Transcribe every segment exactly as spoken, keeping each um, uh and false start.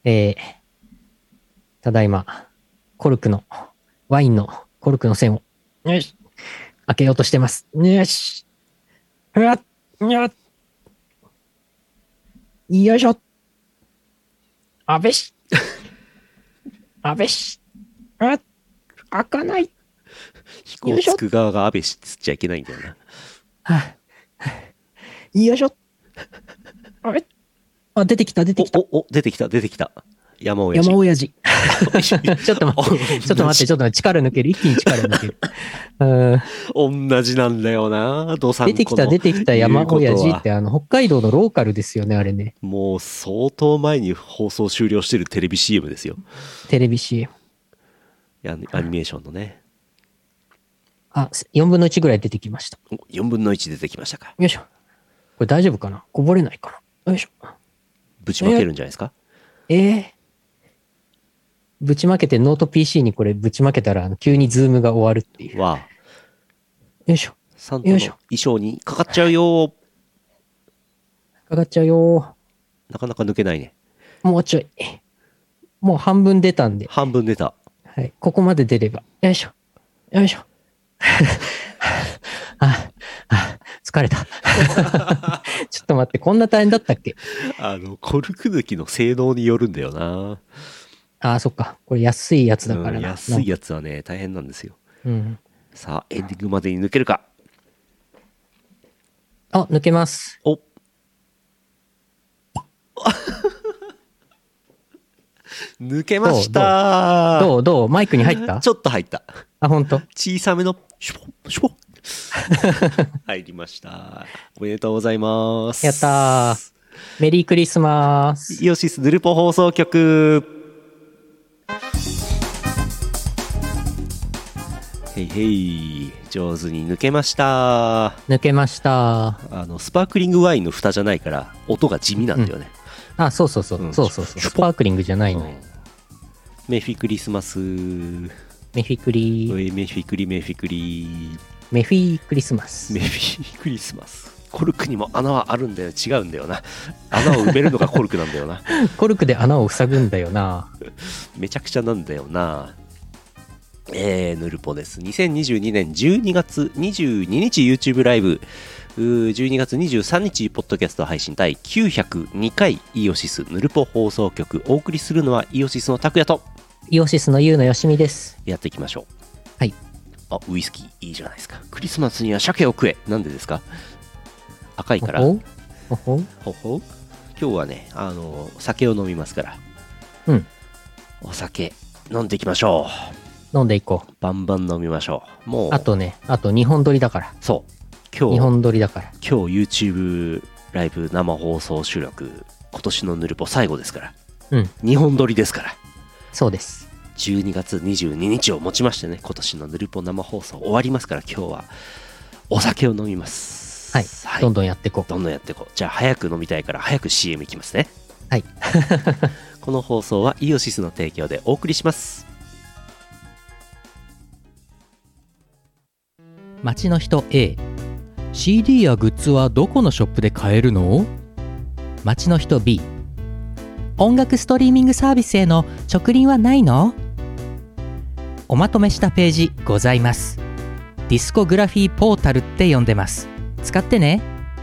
えー、ただいま、コルクの、ワインのコルクの栓を、よし、開けようとしてます。よし。うわっ、よっ。よいしょ。あべし。あべし。あ、開かない。 飛行つく側が安倍しつっちゃいけないんだよな。 はあ、よいしょ。あれあ、出てきた、出てきた。 お、お、お出てきた、出てきた。山親父。 山親父。ちょっと待って、ちょっと待って、ちょっと待って、力抜ける。一気に力抜ける。 うん、同じなんだよな、ドサンコの出てきた、出てきた山親父って、あの、北海道のローカルですよね、あれね。 もう相当前に放送終了してるテレビ シーエム ですよ。 テレビ シーエム。 アニメーションのね。 あ、よんぶんのいちぐらい出てきました。 よんぶんのいち出てきましたか。 よいしょ。これ大丈夫かな？こぼれないかな？よいしょ。 ぶちまけるんじゃないですか？ えー、えー、ぶちまけてノート ピーシー にこれぶちまけたら急にズームが終わるっていう。 わあ。 よいしょ。 サンタの衣装にかかっちゃうよ。 かかっちゃうよ。 なかなか抜けないね。 もうちょい。もう半分出たんで。 半分出た。 はい。ここまで出れば。よいしょ。よいしょ。あ、あ、疲れた。ちょっと待って、こんな大変だったっけ？ あの、コルク抜きの性能によるんだよな。 あ、そっか。これ安いやつだからな。 うん、安いやつはね、大変なんですよ。 うん。 さあ、エンディングまでに抜けるか。 あ、抜けます。 お抜けました。 どうどう、どうマイクに入った？ ちょっと入った。 あ、ほんと？ 小さめのシュポシュポ入りました。おめでとうございます。 やったー。メリークリスマス。 イオシスヌルポ放送局。へいへい、上手に抜けました。 抜けました。 あのスパークリングワインの蓋じゃないから音が地味なんだよね。 うん、あ、そうそうそう、うん、そうそうそう。スパークリングじゃないの、うん、 メフィクリスマス。 メフィクリー。メフィクリメフィクリ。 メフィクリスマス。 メフィクリスマス。コルクにも穴はあるんだよ。違うんだよな。穴を埋めるのがコルクなんだよな。 コルクで穴を塞ぐんだよな。 めちゃくちゃなんだよな。えー、ヌルポです。にせんにじゅうにねんじゅうにがつにじゅうににち YouTube ライブ、じゅうにがつにじゅうさんにちポッドキャスト配信第きゅうひゃくにかいイオシスヌルポ放送局。お送りするのはイオシスの拓也とイオシスのユウのよしみです。 やっていきましょう。 はい。 あ、ウイスキーいいじゃないですか。クリスマスには鮭を食え。なんでですか？赤いから。 ほほほほほ今日はね、あの酒を飲みますから。 うん。 お酒飲んでいきましょう。 飲んでいこう。 バンバン飲みましょう。もうあとね、あとにほん撮りだから。 そう今日にほん撮りだから。 今日 YouTube ライブ生放送収録、今年のヌルポ最後ですから。 うん。 にほん撮りですから。 そうです。 じゅうにがつにじゅうににちをもちましてね、今年のヌルポ生放送終わりますから、今日はお酒を飲みます。 はい。はい、どんどんやっていこう。 どんどんやっていこう。じゃあ早く飲みたいから早く シーエム いきますね。 はい。 この放送はイオシスの提供でお送りします。 街の人 A、 シーディー やグッズはどこのショップで買えるの？街の人 B、 音楽ストリーミングサービスへの直輪はないの？おまとめしたページございます。ディスコグラフィーポータルって呼んでます。使ってね。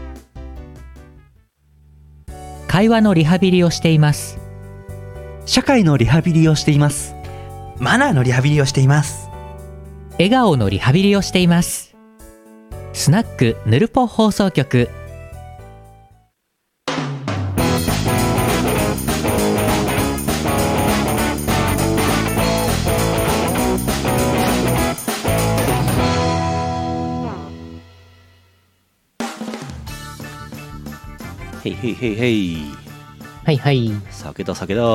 会話のリハビリをしています。 社会のリハビリをしています。マナーのリハビリをしています。 笑顔のリハビリをしています。スナックヌルポ放送局。 へいへいへいへい。 はいはい。 酒だ酒だ。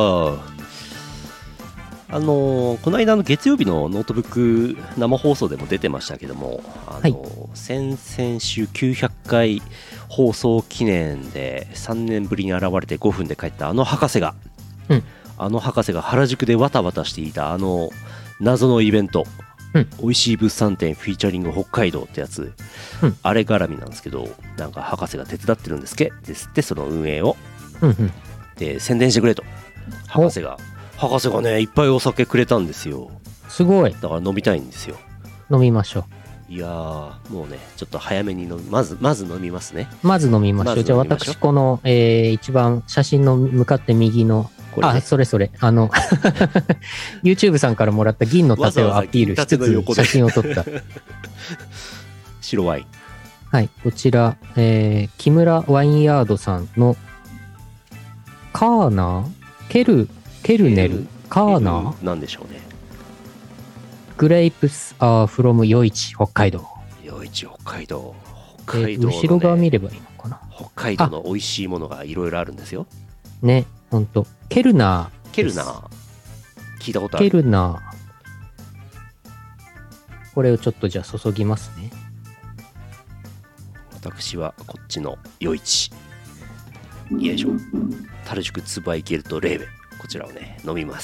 あのー、この間の月曜日のノートブック生放送でも出てましたけども、あのーはい、先々週きゅうひゃっかい放送記念でさんねんぶりに現れてごふんで帰ったあの博士が、うん、あの博士が原宿でわたわたしていたあの謎のイベント、うん、おいしい物産展フィーチャリング北海道ってやつ、うん、あれ絡みなんですけど、なんか博士が手伝ってるんですけですって、その運営を、 うんうん、 で宣伝してくれと博士が博士がねいっぱいお酒くれたんですよ。 すごい。 だから飲みたいんですよ。 飲みましょう。いやーもうねちょっと早めに飲みまずまず飲みますね。 まず飲みましょう。ま、じゃあ私この、えー、一番写真の向かって右のこれ、ね、あそれそれあのYouTube さんからもらった銀の盾をアピールしつつ写真を撮った白ワイン。 はい、こちら、えー、木村ワインヤードさんのカーナーケルケルネルカーナーなんでしょうね。 グレイプスアーフロム余市北海道。 余市北海道。北海道の、ね、 後ろ側見ればいいのかな。 北海道の美味しいものがいろいろあるんですよ。 ね、ほんと。ケルナー。 ケルナー。聞いたことある。 ケルナー。これをちょっとじゃあ注ぎますね。 私はこっちの余市。よいしょ。樽宿つばいケルトレーベ。こちらをね、飲みます。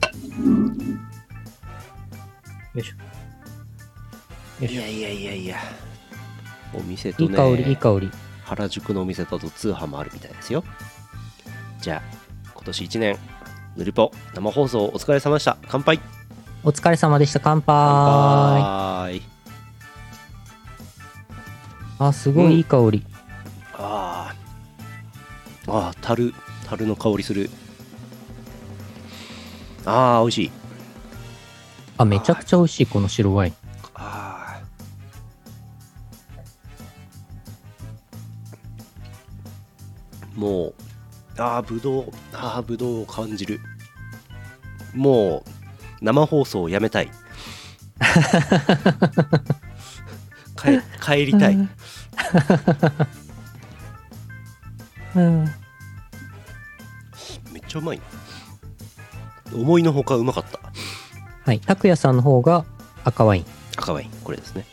よいしょ。 いやいやいやいや。お店とね。 いい香り、いい香り。 原宿のお店だと通販もあるみたいですよ。じゃあ、今年いちねん、ぬるぽ生放送お疲れ様でした。乾杯。 お疲れ様でした。乾杯。 乾杯。 あ、すごいいい香り。うん、 ああ。ああ、樽、樽の香りする。ああ、美味しい。 あ、めちゃくちゃ美味しい、この白ワイン。 ああ。もう、ああ、ぶどう、ああ、ぶどうを感じる。もう、生放送をやめたい。帰, 帰りたい。 うん、 めっちゃうまいな。思いのほかうまかった。 はい、拓也さんの方が赤ワイン。 赤ワイン、これですね。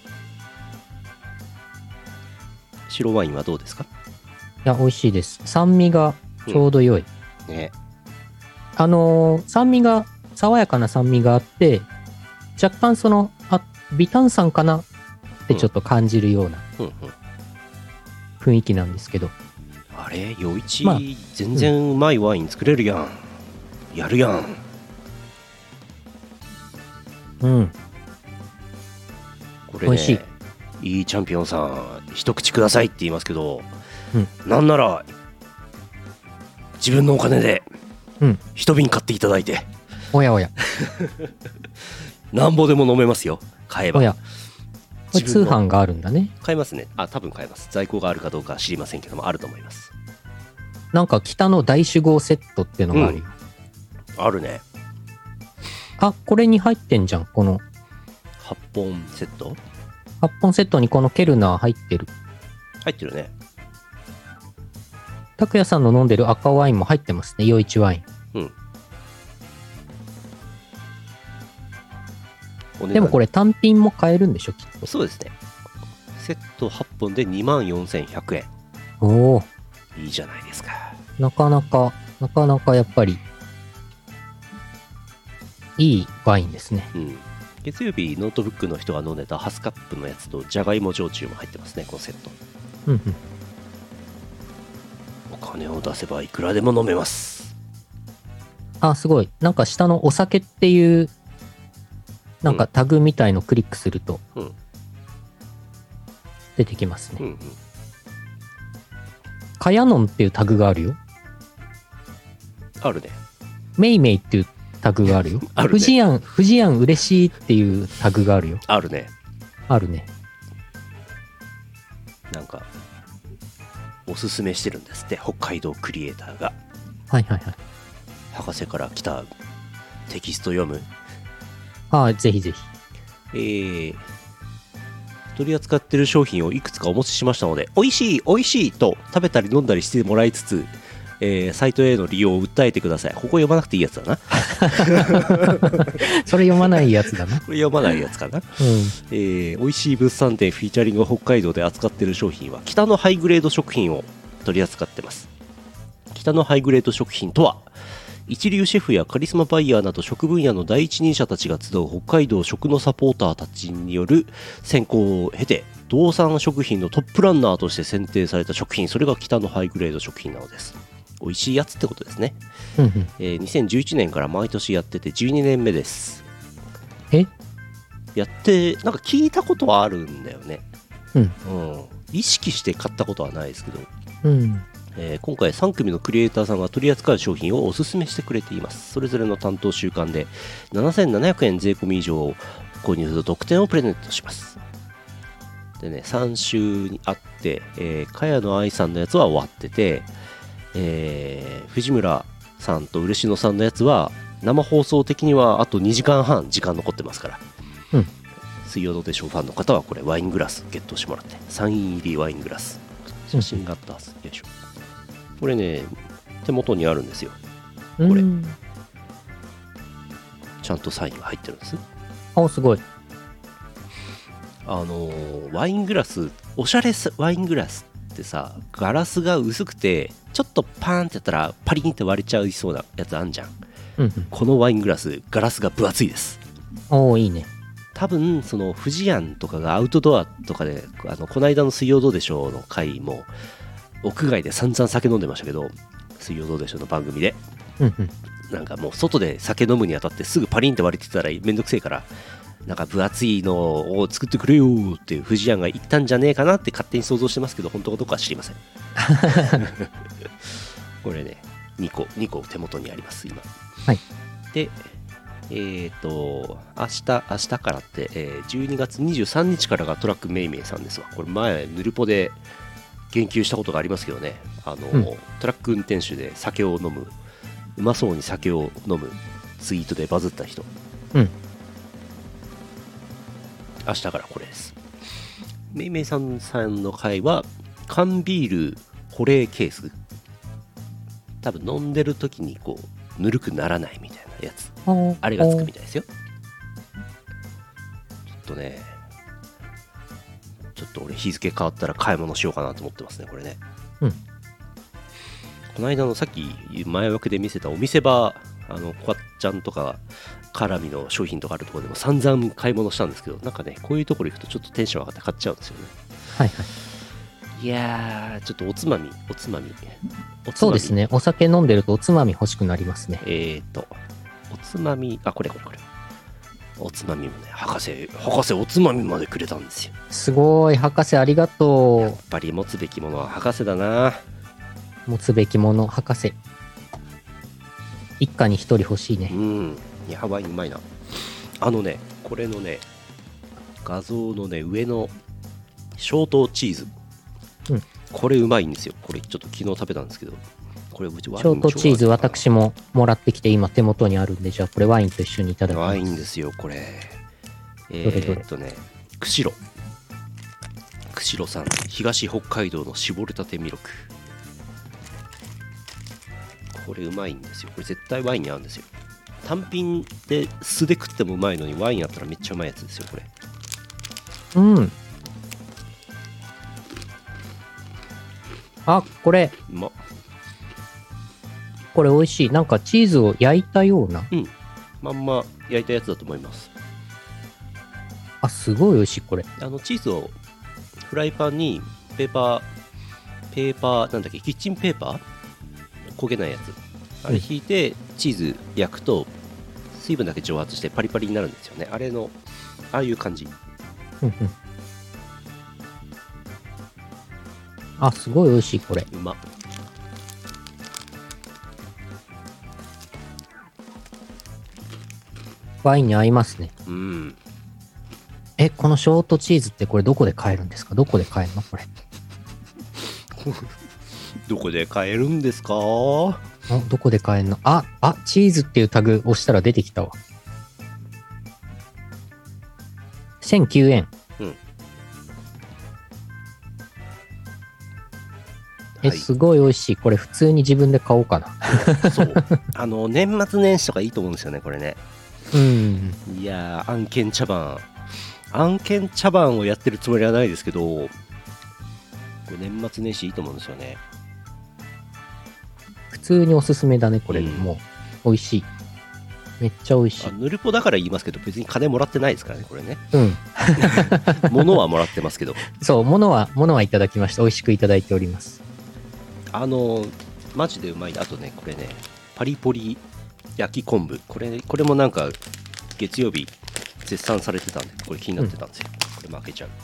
白ワインはどうですか？ いや、美味しいです。酸味がちょうど良い。 うん、ね。 あのー、酸味が、爽やかな酸味があって、若干その、あ、微炭酸かなってちょっと感じるような雰囲気なんですけど。 うんうん、あれ、余市、まあ、全然うまいワイン作れるやん。うん、やるやん。 うん。 これね、美味しい。いいチャンピオンさん、一口くださいって言いますけど、 うん、 なんなら、自分のお金で、一瓶買っていただいて。 おやおや。 なんぼでも飲めますよ、買えば。 おや。これ通販があるんだね。 買えますね。あ、多分買えます。在庫があるかどうかは知りませんけども、あると思います。 なんか北の大酒豪セットっていうのがあるよ。 うん、あるね。 あ、これに入ってんじゃん、この。 はっぽんセット ? はっ 本セットにこのケルナー入ってる。 入ってるね。 拓也さんの飲んでる赤ワインも入ってますね、余市ワイン。うん。でもこれ単品も買えるんでしょ、きっと。 そうですね。セットはっぽんでにまんよんせんひゃくえん。 おお。 いいじゃないですか。 なかなか、なかなかやっぱり、いいワインですね。 うん。月曜日、ノートブックの人が飲んでたハスカップのやつと、じゃがいも焼酎も入ってますね、このセット。 うんうん。 お金を出せばいくらでも飲めます。 あ、すごい。なんか下のお酒っていう、なんかタグみたいのをクリックすると、出てきますね。うんうん、カヤノンっていうタグがあるよ。 あるね。 メイメイっていうタグがあるよ。 あるね。 富士庵、富士庵嬉しいっていうタグがあるよ。 あるね。 あるね。 なんか、おすすめしてるんですって、北海道クリエイターが。 はいはいはい。 博士から来たテキスト読む？ ああ、ぜひぜひ。 えー、取り扱ってる商品をいくつかお持ちしましたので、美味しい美味しいと食べたり飲んだりしてもらいつつ、えー、サイトへの利用を訴えてください。ここ読まなくていいやつだな。 それ読まないやつだな。 これ読まないやつかな。うん、えー、美味しい物産展フィーチャリング北海道で扱っている商品は北のハイグレード食品を取り扱ってます。北のハイグレード食品とは、一流シェフやカリスマバイヤーなど食分野の第一人者たちが集う北海道食のサポーターたちによる選考を経て、道産食品のトップランナーとして選定された食品、それが北のハイグレード食品なのです。 美味しいやつってことですね。 うんうん。 えーにせんじゅういちねんから毎年やっててじゅうにねんめです。 えやってなんか聞いたことはあるんだよね。 うんうん、意識して買ったことはないですけど、 うんえー今回さん組のクリエイターさんが取り扱う商品をおすすめしてくれています。それぞれの担当週間でななせんななひゃくえん税込み以上購入すると特典をプレゼントします。でね、さん週にあって、えー、茅野愛さんのやつは終わってて、えー藤村さんと嬉野さんのやつは生放送的にはあとにじかんはん時間残ってますから、 うん、 水曜どうでしょうファンの方はこれワイングラスゲットしてもらって、サイン入りワイングラス写真があったはず、よいしょ。これね手元にあるんですよ。これうんちゃんとサインが入ってるんです。 あ、すごい。 あのーワイングラス、おしゃれワイングラスってさ、ガラスが薄くてちょっとパーンってやったらパリンって割れちゃいそうなやつあんじゃん。 うんうん、 このワイングラスガラスが分厚いです。 おー、いいね。 多分その富士庵とかがアウトドアとかで、あのこの間の水曜どうでしょうの回も屋外で散々酒飲んでましたけど、水曜どうでしょうの番組でうんうん、 なんかもう外で酒飲むにあたってすぐパリンって割れてたらめんどくせえから、なんか分厚いのを作ってくれよっていう富士庵が言ったんじゃねえかなって勝手に想像してますけど、本当かどうかは知りませんこれねにこにこ手元にあります今。 はい。 でえっ、と明日明日からって、えーじゅうにがつにじゅうさんにちからがトラックめいめいさんですわ。これ前ヌルポで言及したことがありますけどね、あの、 うん、 トラック運転手で酒を飲む、うまそうに酒を飲むツイートでバズった人、 うん、 明日からこれです。めいめいさんさんの回は缶ビール保冷ケース、多分飲んでる時にこうぬるくならないみたいなやつ、あれがつくみたいですよ。ちょっとねちょっと俺日付変わったら買い物しようかなと思ってますねこれね。 うん、 この間のさっき前枠で見せたお店場、あのこわっちゃんとか絡みの商品とかあるところでも散々買い物したんですけど、なんかねこういうところ行くとちょっとテンション上がって買っちゃうんですよね。 はいはい。 いやーちょっとおつまみおつまみおつまみそうですね。お酒飲んでるとおつまみ欲しくなりますね。 えーとおつまみ、あこれこれこれおつまみもね、博士博士おつまみまでくれたんですよ。 すごい、博士ありがとう。 やっぱり持つべきものは博士だな。 持つべきもの博士、一家に一人欲しいね。 うん、やばいうまいな。あのねこれのね画像のね上のショートチーズ、 うん、 これうまいんですよ。これちょっと昨日食べたんですけど、これシショートチーズ私ももらってきて今手元にあるんで、じゃあこれワインと一緒にいただきます。 ワインですよこれ。えー、っとね釧路釧路産東北海道の絞りたてミルク、これうまいんですよ。これ絶対ワインに合うんですよ。単品で素で食ってもうまいのにワインあったらめっちゃうまいやつですよこれ。 うん。あ、これうまっ。 これ美味しい。なんかチーズを焼いたような。 うん、まんま焼いたやつだと思います。 あ、すごい美味しいこれ。 あのチーズをフライパンにペーパーペーパーなんだっけキッチンペーパー焦げないやつあれ引いてチーズ焼くと水分だけ蒸発してパリパリになるんですよね。あれのああいう感じ。 うんうん。あ、すごい美味しいこれ。 うまっ。 ワインに合いますね。 うん。 え、このショートチーズってこれどこで買えるんですか？どこで買えるのこれ。 どこで買えるんですか？ あ、どこで買えるの？あ、あ、チーズっていうタグ押したら出てきたわ。せんきゅうえん。 うん。 え、すごい美味しい。これ普通に自分で買おうかな。 そう。あの年末年始とかいいと思うんですよねこれね。 うん。 いやー案件茶番案件茶番をやってるつもりはないですけど、これ年末年始いいと思うんですよね。 普通におすすめだねこれ、 うん、 もう美味しい。めっちゃ美味しい。 ヌルポだから言いますけど別に金もらってないですからねこれね。 うん物はもらってますけど。 そう、物は物はいただきました。美味しくいただいております。 あのマジでうまい。あとねこれねパリポリ焼き昆布、これこれもなんか月曜日絶賛されてたんでこれ気になってたんですよ、うん、これ負けちゃう。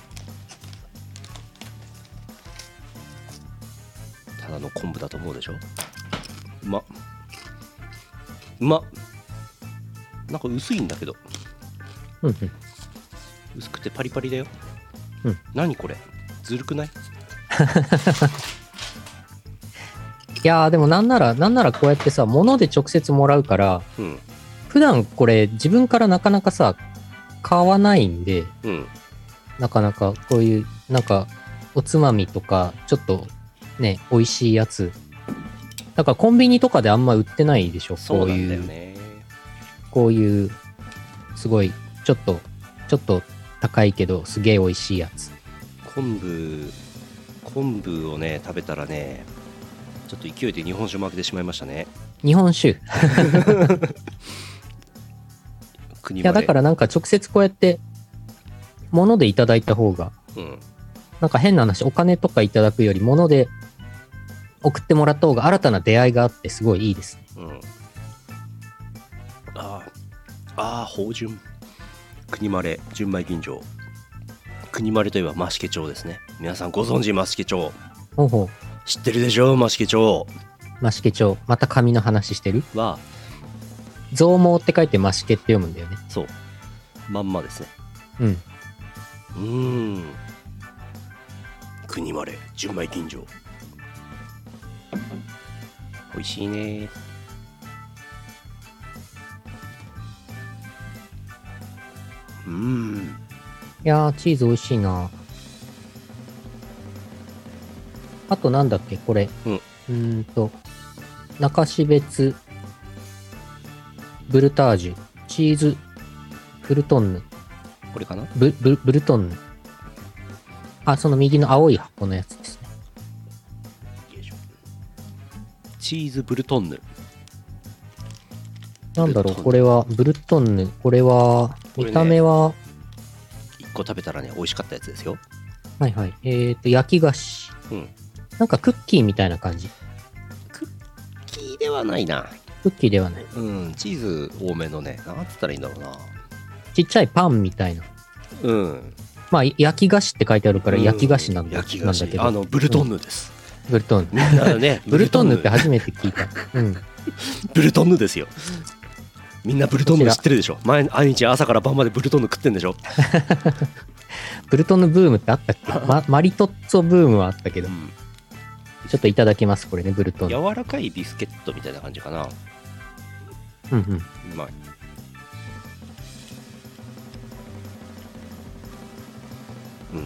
ただの昆布だと思うでしょ。うまっうまっ。なんか薄いんだけど、 うんうん、 薄くてパリパリだよ、 うん、 何これずるくない？ いやーでもなんならなんならこうやってさ物で直接もらうから、 うん、 普段これ自分からなかなかさ買わないんで、 うん、 なかなかこういうなんかおつまみとかちょっとね美味しいやつだからコンビニとかであんま売ってないでしょ。 そうなんだよね。 こういうすごいちょっとちょっと高いけどすげえ美味しいやつ。 昆布昆布をね食べたらねちょっと勢いで日本酒も開けてしまいましたね。 日本酒国いやだからなんか直接こうやって物でいただいた方が、 うん、 なんか変な話お金とかいただくより物で送ってもらった方が新たな出会いがあってすごいいいですね。 うん、ああ芳醇国まれ純米吟醸。国まれといえば増毛町ですね。皆さんご存知増毛町。 ほうほう。 知ってるでしょ増毛町。 増毛町また紙の話してるは増毛って書いて増毛って読むんだよね。 そうまんまですね。 うんうーん国まれ純米吟醸美味しいね。うーんいやーチーズ美味しいな。あとなんだっけこれ、 うん、 うーんと中標津ブルタージュチーズフルトンヌこれかな。 ブブブルトンヌ。あその右の青い箱のやつですね。 チーズブルトンヌ。 なんだろうこれはブルトンヌ。これは見た目は、 いっこ食べたらね美味しかったやつですよ。 はいはい。えーと焼き菓子、 うん、 なんかクッキーみたいな感じ。 クッキーではないな。 クッキーではない。 うんチーズ多めのね、なんつったらいいんだろうな。 ちっちゃいパンみたいな。 うんまあ焼き菓子って書いてあるから焼き菓子なんだ、 焼き菓子なんだけど。 あのブルトンヌです、 うん、ブルトンヌみんなねブルトンヌって初めて聞いた。うんブルトンヌですよ。みんなブルトンヌ知ってるでしょ。毎日朝から晩までブルトンヌ食ってんでしょ。 ブルトンヌブームってあったっけ、ま、マリトッツォブームはあったけど、うん、ちょっといただきますこれね。ブルトンヌ柔らかいビスケットみたいな感じかな。 うんうんうまい。うん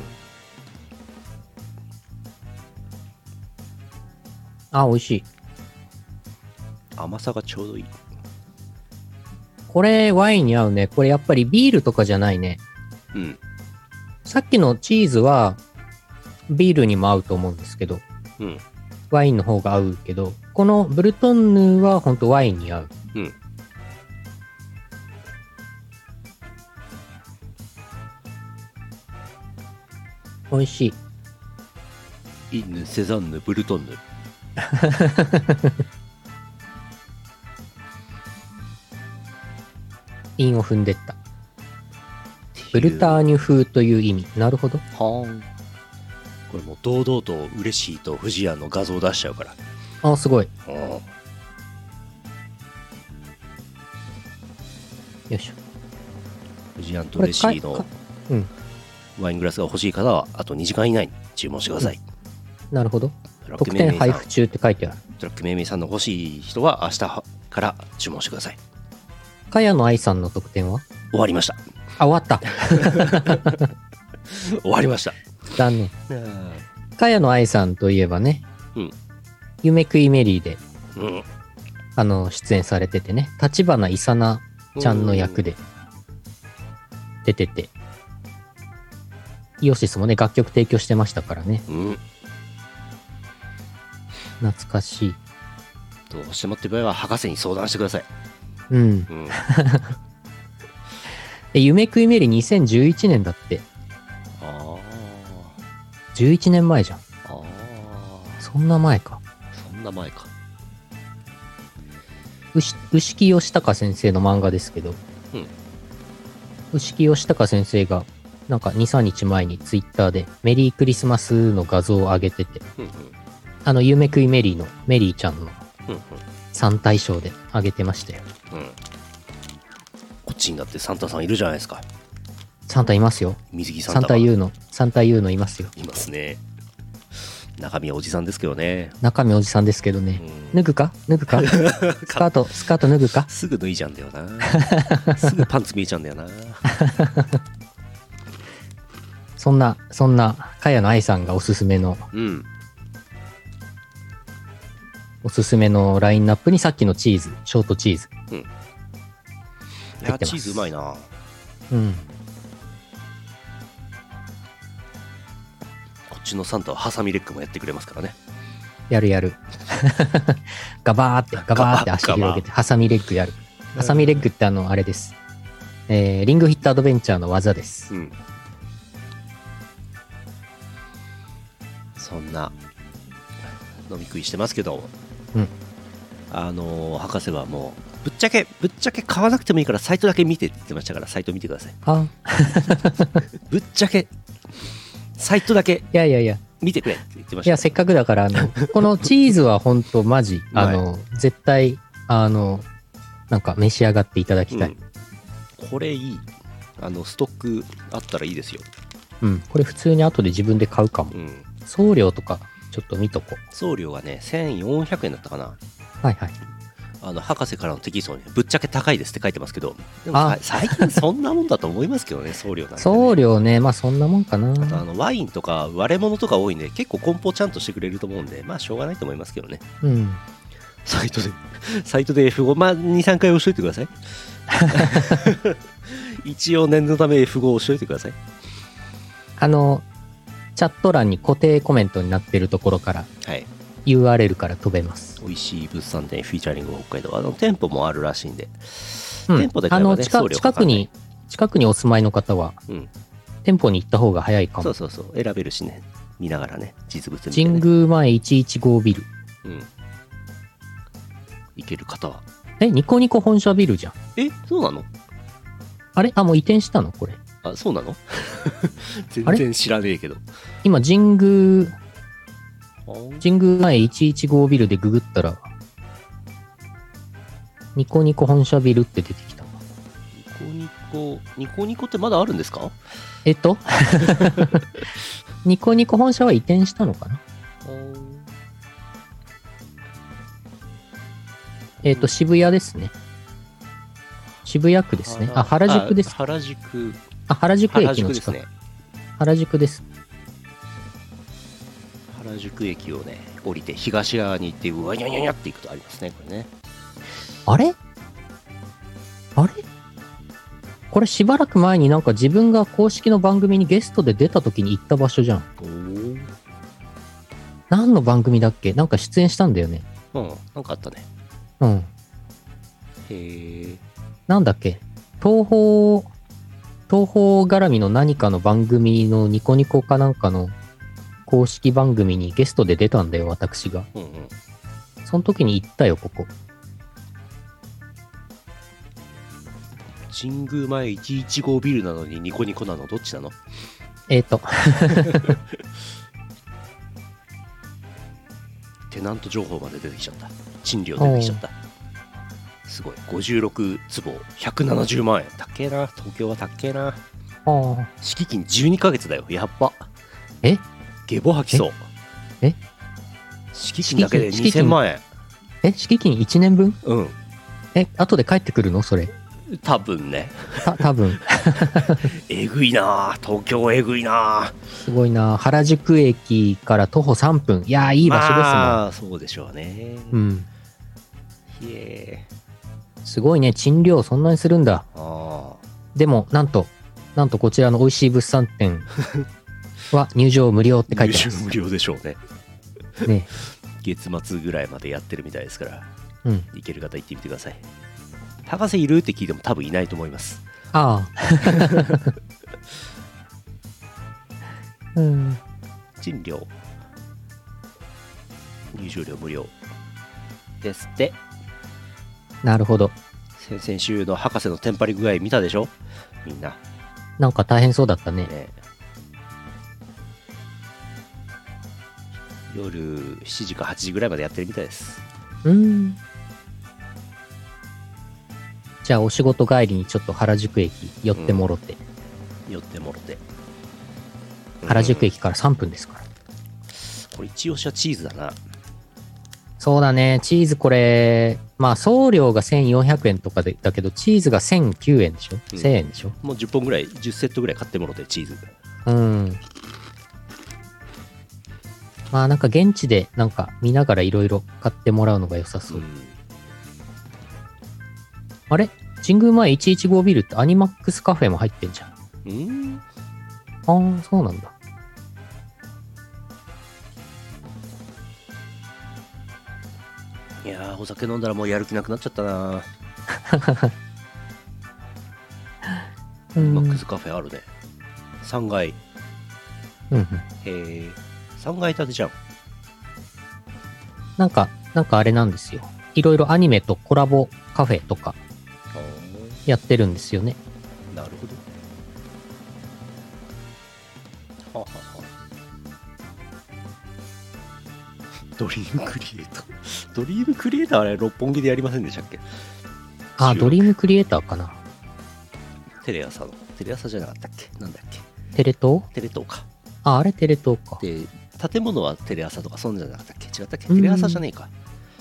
あ美味しい。 甘さがちょうどいい。 これワインに合うね。これやっぱりビールとかじゃないね。 うん。 さっきのチーズはビールにも合うと思うんですけど、 うん。 ワインの方が合うけど、このブルトンヌは本当ワインに合う。 うん。 美味しい。 インヌ、セザンヌ、ブルトンヌ。 韻を踏んでった。ブルターニュ風という意味。なるほど。 はーん。これもう堂々と嬉しいと富士屋の画像出しちゃうから。 あ、すごい。 よいしょ。 富士屋と嬉しいのワイングラスが欲しい方はあとにじかん以内に注文してください。 うん、なるほど。特典配布中って書いてある。 トラックめいめいさんの欲しい人は明日から注文してください。 茅野愛さんの特典は終わりました。 あ、終わった。 終わりました。 残念。茅野愛さんといえばね、うん、夢食いメリーで、うん、あの出演されててね、立花いさなちゃんの役で出てて、イオシスもね楽曲提供してましたからね、うん、懐かしい。 どうしてもって場合は博士に相談してください。 うん、うん、夢食いメリーにせんじゅういちねんだって。 ああ、 じゅういちねんまえじゃん。 ああ、 そんな前か。 そんな前か。 牛牛木義孝先生の漫画ですけど、 うん、 牛木義孝先生がなんかに、さんにちまえにツイッターでメリークリスマスの画像を上げてて、 うんうん、 あの夢食いメリーのメリーちゃんのうんうんさん大賞で上げてましたよ、 うん、こっちにだってサンタさんいるじゃないですか。 サンタいますよ。 水木サンタサンタ U のサンタ U のいますよ。 いますね。中身はおじさんですけどね。 中身おじさんですけどね、うん、脱ぐか脱ぐかスカートスカート脱ぐか。 すぐ脱いじゃうんだよな。すぐパンツ見えちゃうんだよな。 そんなそんな茅野愛さんがおすすめの、 うん、 おすすめのラインナップにさっきのチーズ、ショートチーズ、 うん、いやチーズうまいな。 うん。 こっちのサンタはハサミレッグもやってくれますからね。 やるやる。ガバーってガバーって足広げてハサミレッグやる。ハサミレッグってあのあれです。えー、リングフィットアドベンチャーの技です。 うん。そんな飲み食いしてますけど、 うん、 あのー、博士はもうぶっちゃけぶっちゃけ買わなくてもいいからサイトだけ見てって言ってましたから、サイト見てください。 あぶっちゃけサイトだけいやいやいや見てくれって言ってました。 いやせっかくだからあのこのチーズは本当マジあの絶対あのなんか召し上がっていただきたい、 うん、これいい。あのストックあったらいいですよ。 うん、これ普通に後で自分で買うかも、うん、送料とかちょっと見とこう。 送料がねせんよんひゃくえんだったかな。 はいはい。 あの博士からのテキストにぶっちゃけ高いですって書いてますけど、でも最近そんなもんだと思いますけどね。送料なんで、ね、 送料ね、まあそんなもんかな。 あとあのワインとか割れ物とか多いんで結構梱包ちゃんとしてくれると思うんで、まあしょうがないと思いますけどね。 うん。 サイトでサイトで エフご、まあに、さんかい押しといてください。一応念のため エフご 押しといてください。 あのチャット欄に固定コメントになってるところから、 はい、 ユーアールエル から飛べます。 美味しい物産展フィーチャリング北海道、あの店舗もあるらしいんで、 うん、 店舗で買えば、ね、 あの 近, 近くに近くにお住まいの方は、うん、店舗に行った方が早いかも。 そうそうそう、選べるしね、見ながらね、実物見て、ね、 神宮前いちいちごビル、 うん、行ける方はえニコニコ本社ビルじゃん。 えそうなの？ あれあもう移転したのこれ。 あそうなの？全然知らねえけど。 今神宮神宮前いちいちごビルでググったらニコニコ本社ビルって出てきた。 ニコニコニコニコってまだあるんですか？ えっとニコニコ本社は移転したのかな。えっと渋谷ですね。渋谷区ですね。あ原宿です。 原宿。 あ原宿駅の近く。原宿です。 原宿駅をね降りて東側に行ってうわにゃにゃにゃって行くとありますね、これね。 あれあれこれしばらく前になんか自分が公式の番組にゲストで出た時に行った場所じゃん。 お何の番組だっけ？なんか出演したんだよね。 うん、なんかあったね。 うん。 へえ。 なんだっけ？東宝東宝絡みの何かの番組のニコニコかなんかの公式番組にゲストで出たんだよ、私が。 うんうん。 その時に行ったよ、ここ。 神宮前いちいちごビルなのにニコニコなのどっちなの？ えーと。 テナント情報まで出てきちゃった。賃料出てきちゃった。すごい。ごじゅうろくつぼひゃくななじゅうまんえん。たっけえな。東京はたっけえな。 あ敷金じゅうにかげつだよ。やっば。 えゲボ吐きそう。 え敷金だけでにせんまんえん。 え敷金いちねんぶん？ うん。 え後で帰ってくるのそれ？ 多分ね。 た多分えぐいな。東京えぐいな。 すごいな。原宿駅から徒歩さんぷん。いやーいい場所ですもん。 ああそうでしょうね。 うん。 ひえ。 すごいね。賃料そんなにするんだ。 あでもなんとなんとこちらの美味しい物産展は入場無料って書いてます。 入場無料でしょうね。 ね。 月末ぐらいまでやってるみたいですから、 うん、 行ける方行ってみてください。博士いるって聞いても多分いないと思います。 ああ。うん。 賃料入場料無料ですって。 なるほど。 先々週の博士のテンパり具合見たでしょみんな。 なんか大変そうだったね。 ね夜しちじかはちじぐらいまでやってるみたいです。 うーん。じゃあお仕事帰りにちょっと原宿駅寄ってもろて、 うん、寄ってもろて、 原宿駅からさんぷんですから、うん、 これ一押しはチーズだな。 そうだね。チーズこれまあ送料がせんよんひゃくえんとかでだけどチーズがせんきゅうえんでしょ、うん、せんえんでしょ。 もうじゅっぽんぐらいじゅっセットぐらい買ってもろてチーズ。 うん。まあなんか現地でなんか見ながらいろいろ買ってもらうのが良さそう、うん、あれ神宮前いちいちごビルってアニマックスカフェも入ってんじゃん。 うんああそうなんだ。 いやーお酒飲んだらもうやる気なくなっちゃったな。アニマックスカフェあるね。さんがい。 うんうん、へえさんがい建てじゃん。 なんか、なんかあれなんですよ。いろいろアニメとコラボカフェとかやってるんですよね。 なるほど。ははは。ドリームクリエイター。ドリームクリエイターあれ六本木でやりませんでしたっけ？ あ、ドリームクリエイターかな。 テレ朝の。テレ朝じゃなかったっけ？なんだっけ？ テレ東？ テレ東か。 あ、あれテレ東か。 で、建物はテレ朝とかそんなんじゃなかったっけ？違ったっけ？テレ朝じゃねえか。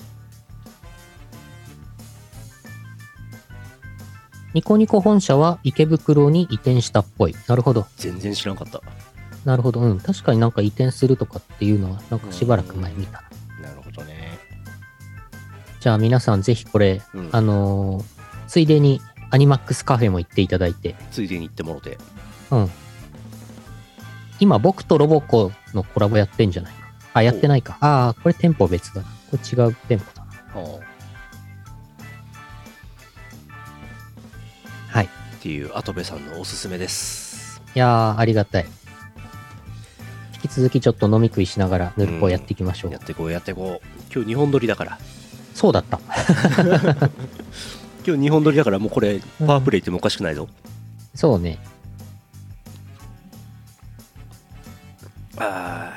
ニコニコ本社は池袋に移転したっぽい。なるほど。 全然知らんかった。 なるほど。うん。確かになんか移転するとかっていうのは、なんかしばらく前見たな。なるほどね。 じゃあ皆さんぜひこれ、うん、あのー、ついでにアニマックスカフェも行っていただいて。 ついでに行ってもろて。 うん。今僕とロボコのコラボやってんじゃないか。あ、やってないか。ああ、これ店舗別だな。これ違う店舗だな。はい。 っていう跡部さんのおすすめです。 いやー、ありがたい。引き続きちょっと飲み食いしながらヌルポやっていきましょう。 うん、やっていこうやっていこう。今日にほん撮りだから。 そうだった。 今日にほん撮りだからもうこれパワープレイってもおかしくないぞ。うん、 そうね。 あ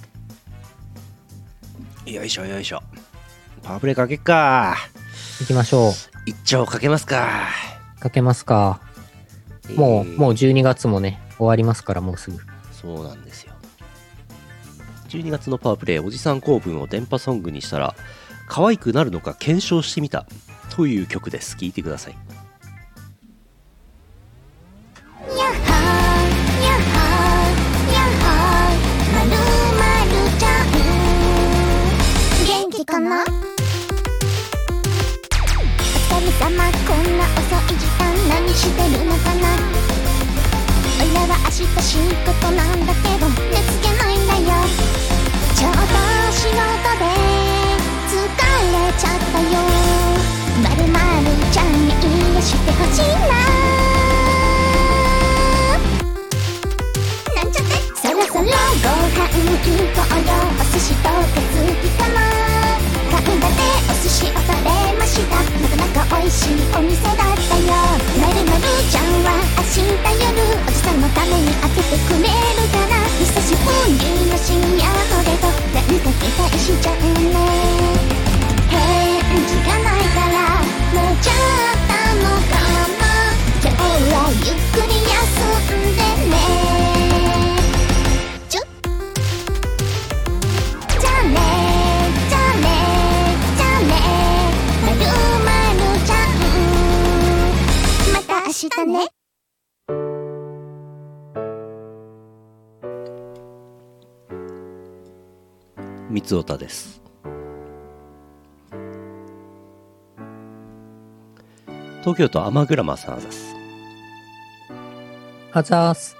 ーよいしょよいしょ。パワープレイかけっか。 行きましょう。 一丁かけますか。 かけますか。もう、えー、もうじゅうにがつもね終わりますからもうすぐ。 そうなんですよ。じゅうにがつのパワープレイおじさん構文を電波ソングにしたら可愛くなるのか検証してみたという曲です。聴いてください。 かな。お疲れ様、こんな遅い時間何してるのかな。おいらは明日仕事なんだけど寝つけないんだよ。ちょっと仕事で疲れちゃったよ。まるまるちゃんに癒してほしいな。なんちゃってそろそろご飯行こうよ。お寿司とか好きかな。神田でお寿司を食べました。なかなか美味しいお店だったよ。まるまるちゃんは明日夜おじさんのために開けてくれるから。久しぶりの深夜ポテトなんか期待しちゃうね。返事がないから寝ちゃったのかな。今日はゆっくり休んでね。ちょっじゃあね。明日ね。 三つおたです。東京都アマグラマさんあざす。 あざーす。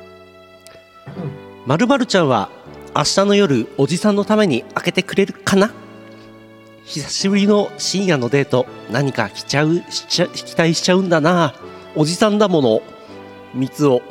まるまるちゃんは明日の夜おじさんのために開けてくれるかな。久しぶりの深夜のデート何かしちゃうしちゃ期待しちゃうんだな。おじさんだもの三つお。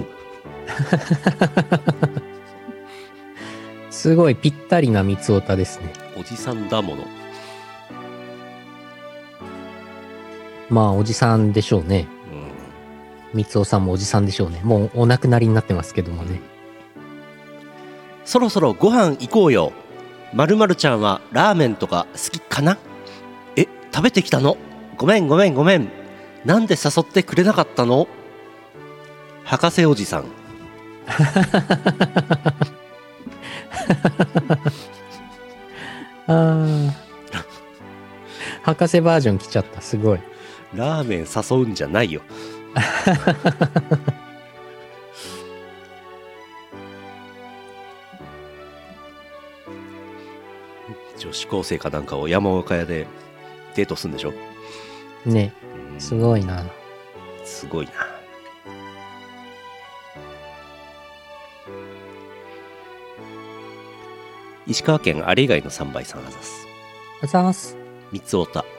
すごいぴったりな三つおたですね。 おじさんだもの。 まあおじさんでしょうね。 うん、 三尾さんもおじさんでしょうね。もうお亡くなりになってますけどもね。 そろそろご飯行こうよ。まるまるちゃんはラーメンとか好きかな。え、食べてきたの？ごめんごめんごめん。なんで誘ってくれなかったの？博士おじさん。 あー博士バージョン来ちゃった。すごい。 ラーメン誘うんじゃないよ。女子高生かなんかを山岡屋でデートするんでしょ。 ね、すごいな。 すごいな。石川県あれ以外のさんばいさんあざす。 あざーす。 三つおた。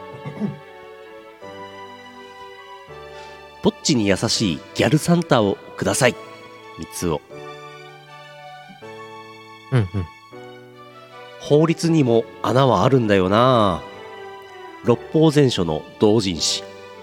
ぼっちに優しいギャルサンタをください。三つお。 うんうん。 法律にも穴はあるんだよな。六法全書の同人誌。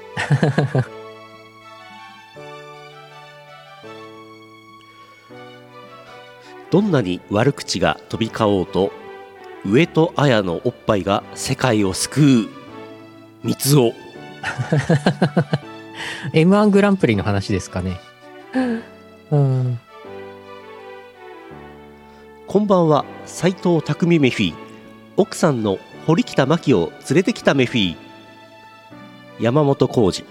どんなに悪口が飛び交おうと、上戸彩のおっぱいが世界を救う。三つお。 エムワン グランプリの話ですかね。うん。 こんばんは、斉藤匠メフィー。奥さんの堀北真希を連れてきたメフィー。山本浩二。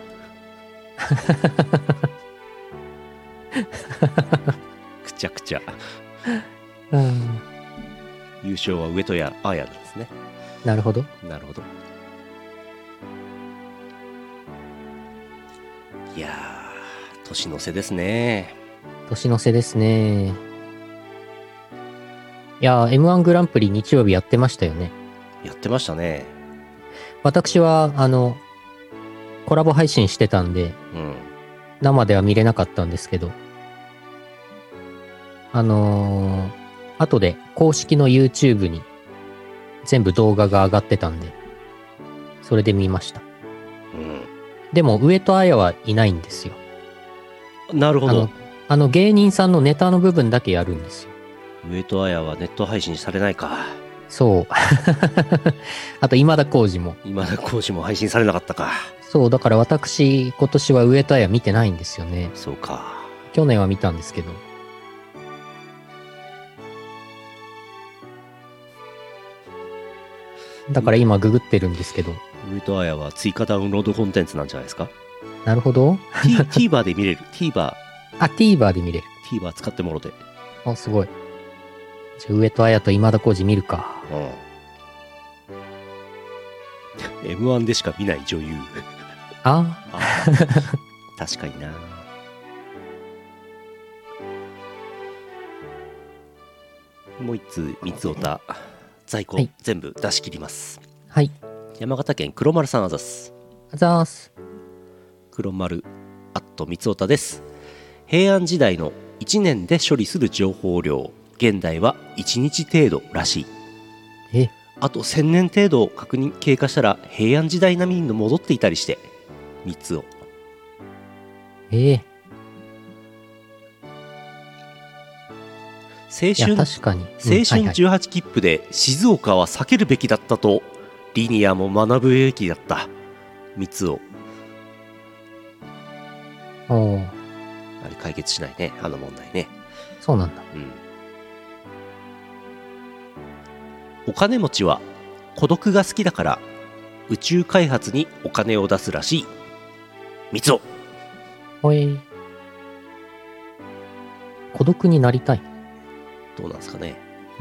くちゃくちゃ。 うん。 優勝は上戸彩なんですね。 なるほど。 なるほど。いやー、年の瀬ですね。 年の瀬ですね。いやー、エムワン グランプリ日曜日やってましたよね。 やってましたね。 私は、あの、コラボ配信してたんで、 うん。 生では見れなかったんですけど、あのー、後で公式の YouTube に全部動画が上がってたんで、それで見ました。 うん。 でも、上戸彩はいないんですよ。 なるほど。 あの、あの芸人さんのネタの部分だけやるんですよ。 上戸彩はネット配信されないか。 そう。あと、今田耕司も。 今田耕司も配信されなかったか。 そう、だから私、今年は上戸彩見てないんですよね。 そうか。 去年は見たんですけど。だから今ググってるんですけど。 上戸彩は追加ダウンロードコンテンツなんじゃないですか。 なるほど。 T、TVer で見れる。TVer。 あ、TVer で見れる。 TVer 使ってもろて。 あ、すごい。じゃあ上戸彩と今田耕司見るか。 うん。エムワン でしか見ない女優。 ああ。確かにな。もう一通、三つおた。在庫、はい、全部出し切ります。 はい。 山形県黒丸さんあざす。 あざーす。 黒丸アット三つおたです。平安時代のいちねんで処理する情報量、現代はいちにち程度らしい。 えあとせんねん程度確認経過したら平安時代並みに戻っていたりして。三つお。 ええ青春、 確かに、うん、 青春じゅうはち切符で静岡は避けるべきだったと、リニアも学ぶべきだった。三つお。 おあれ解決しないね、あの問題ね。 そうなんだ。 うん。お金持ちは孤独が好きだから宇宙開発にお金を出すらしい。三つお。 おい。孤独になりたい。 どうなんですかね。 うん。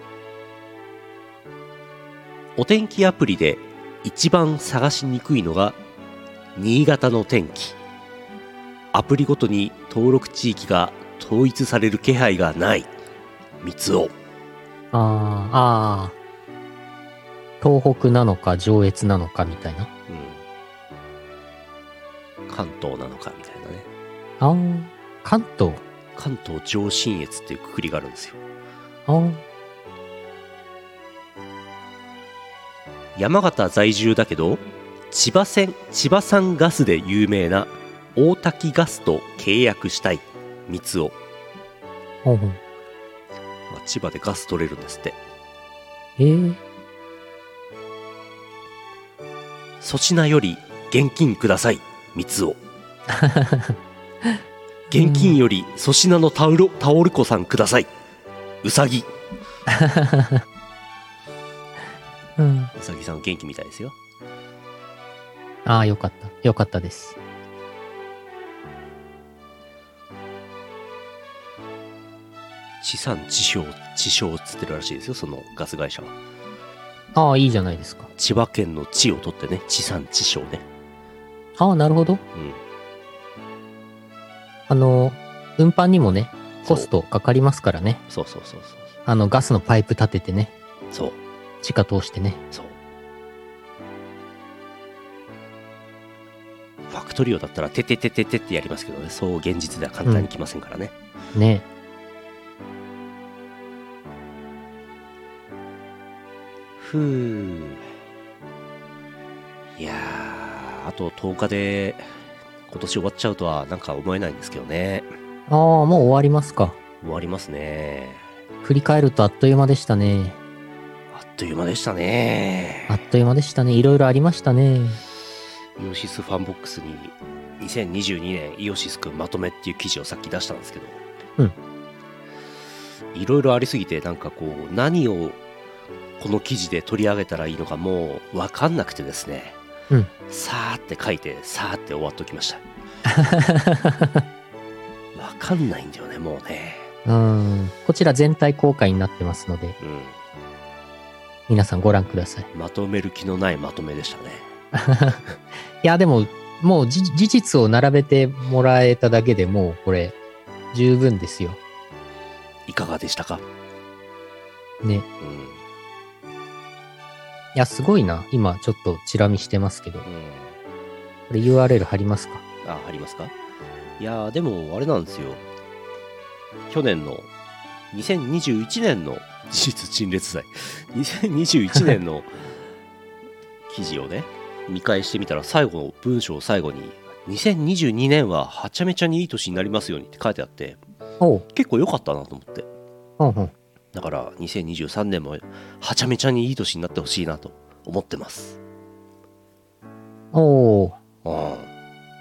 お天気アプリで一番探しにくいのが新潟の天気。アプリごとに登録地域が統一される気配がない。三つお。 あーあー。東北なのか上越なのかみたいな。 うん。関東なのかみたいなね。 あー関東。 関東上信越っていうくくりがあるんですよ。 あー山形在住だけど千葉線千葉産ガスで有名な大滝ガスと契約したい三つを。 ほうほう。 千葉でガス取れるんですって。 えー、 粗品より現金ください三つを。現金より粗品のタオルタオル子さんくださいうさぎ。 うん、 うさぎさん元気みたいですよ。 ああ、よかったよかったです。 地産地消地消っつってるらしいですよ、そのガス会社は。 ああ、いいじゃないですか。 千葉県の地を取ってね、地産地消ね。 ああ、なるほど。 うん。 あの運搬にもねコストかかりますからね。 そうそうそうそうそう。 あのガスのパイプ立ててね。 そう。 地下通してね。 そう。ファクトリオだったらてててててってやりますけどね、そう現実では簡単に来ませんからね。 うん、ね。 ふう。いやー、あととおかで今年終わっちゃうとはなんか思えないんですけどね。 ああ、もう終わりますか。 終わりますね。 振り返るとあっという間でしたね。 あっという間でしたね。 あっという間でしたね。いろいろありましたね。 イオシスファンボックスににせんにじゅうにねんイオシスくんまとめっていう記事をさっき出したんですけど、 うん。 いろいろありすぎて、なんかこう何をこの記事で取り上げたらいいのかもう分かんなくてですね、 うん、 さーって書いてさーって終わっときました。分かんないんだよね、もうね。 うん。こちら全体公開になってますので、 うん、 皆さんご覧ください。 まとめる気のないまとめでしたね。 いや、でももう事実を並べてもらえただけでもうこれ十分ですよ。 いかがでしたかね。 うん。 いや、すごいな。今ちょっとチラ見してますけど、うん、これ ユーアールエル 貼りますか？ あ、貼りますか？いやー、でもあれなんですよ、去年のにせんにじゅういちねんの事実陳列罪にせんにじゅういちねんの記事をね見返してみたら、最後の文章を最後ににせんにじゅうにねんははちゃめちゃにいい年になりますようにって書いてあって、結構良かったなと思って、 ほうほう。 だからにせんにじゅうさんねんもはちゃめちゃにいい年になってほしいなと思ってます。 おー。 ああ、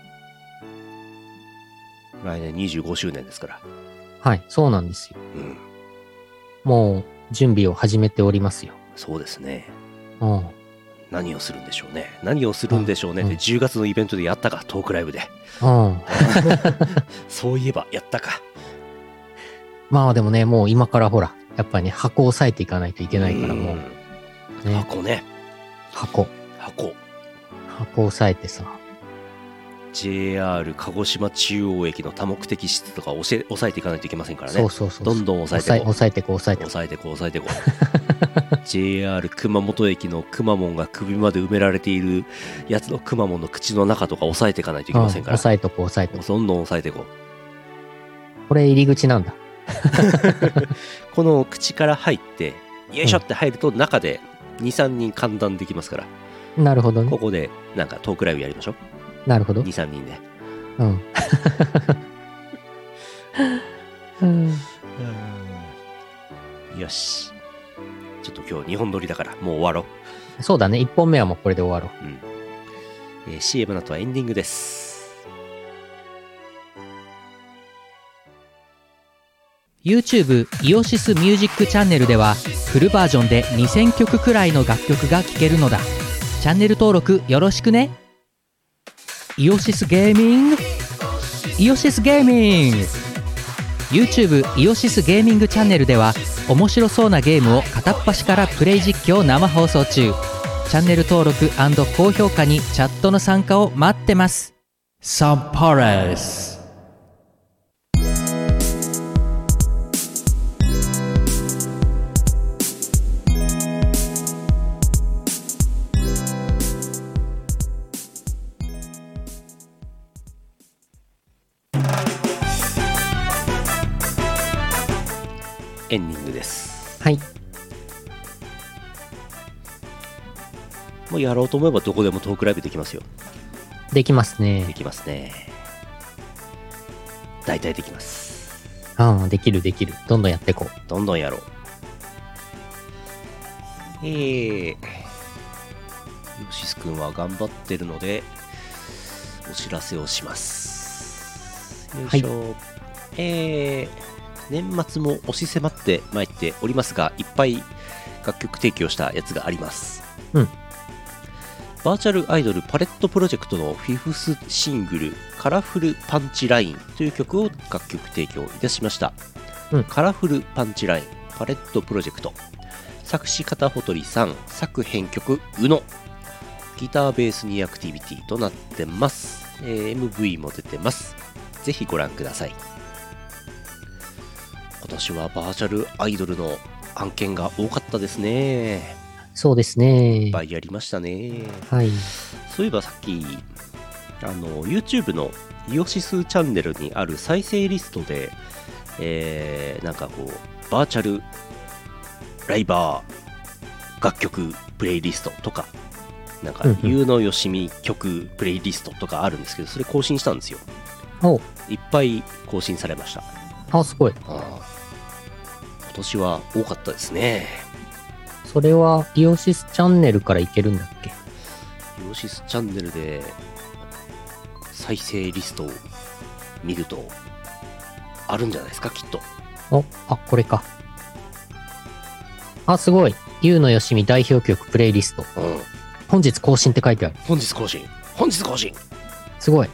来年にじゅうごしゅうねんですから。 はい、そうなんですよ。 うん。 もう準備を始めておりますよ。 そうですね。 うん。 何をするんでしょうね。何をするんでしょうねって、うん、じゅうがつのイベントでやったか、トークライブで。 うん。 そういえばやったか。 まあでもね、もう今からほら、やっぱりね、箱を押さえていかないといけないからもう。 ね、箱ね。 箱。 箱。 箱を押さえてさ。 ジェイアール 鹿児島中央駅の多目的施設とか押せ抑えていかないといけませんからね。 そうそうそう。 どんどん抑えていこう。 抑えていこう、抑えてこう。 抑えてこう、抑えてこう。ジェイアール 熊本駅のくまモンが首まで埋められているやつのくまモンの口の中とか抑えていかないといけませんから。 うん、抑えとこう、抑えてこう。 どんどん抑えていこう。 これ入り口なんだ。 この口から入って、よいしょって入ると中でに、さんにん歓談できますから。 なるほどね。 ここでなんかトークライブやりましょう。 なるほど。 に、さんにんで。 うん。うん、 よし。ちょっと今日にほん撮りだからもう終わろう。そうだね。いっぽんめはもうこれで終わろう。 うん。えー、シーエム の後はエンディングです。 YouTube イオシスミュージックチャンネルではフルバージョンでにせんきょくくらいの楽曲が聴けるのだ。チャンネル登録よろしくね。イオシスゲーミング、イオシスゲーミング。 YouTube イオシスゲーミングチャンネルでは面白そうなゲームを片っ端からプレイ実況生放送中。チャンネル登録&高評価にチャットの参加を待ってます。サンパレス。 エンディングです。 はい。 もうやろうと思えばどこでもトークライブできますよ。 できますね。 できますね。大体できます。 ああ、できるできる。どんどんやっていこう。 どんどんやろう。えー、ヨシスくんは頑張ってるので、お知らせをします。よいしょ。はい、えー、年末も押し迫ってまいっておりますが、いっぱい楽曲提供したやつがあります。 うん。 バーチャルアイドルパレットプロジェクトのフィフスシングルカラフルパンチラインという曲を楽曲提供いたしました。 うん、 カラフルパンチラインパレットプロジェクト、作詞方ほとりさん、作編曲宇野、ギターベースにアクティビティとなってます。えー、エムブイ も出てます。ぜひご覧ください。今年はバーチャルアイドルの案件が多かったですね。 そうですね。 いっぱいやりましたね。 はい。 そういえばさっきあの YouTube のイオシスチャンネルにある再生リストで、えー、なんかこうバーチャルライバー楽曲プレイリストとかなんかゆうのよしみ曲プレイリストとかあるんですけど、それ更新したんですよ。 おいっぱい更新されました。 あ、すごい。 あ、今年は多かったですね。 それはイオシスチャンネルからいけるんだっけ？ イオシスチャンネルで再生リストを見るとあるんじゃないですか、きっと。 お、あ、これか。あ、すごい。ゆうのよしみ代表曲プレイリスト。 うん。 本日更新って書いてある。 本日更新。本日更新。 すごい。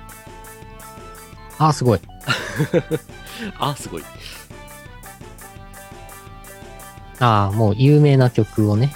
あ、すごい。 あ、すごい。 ああ、もう有名な曲をね。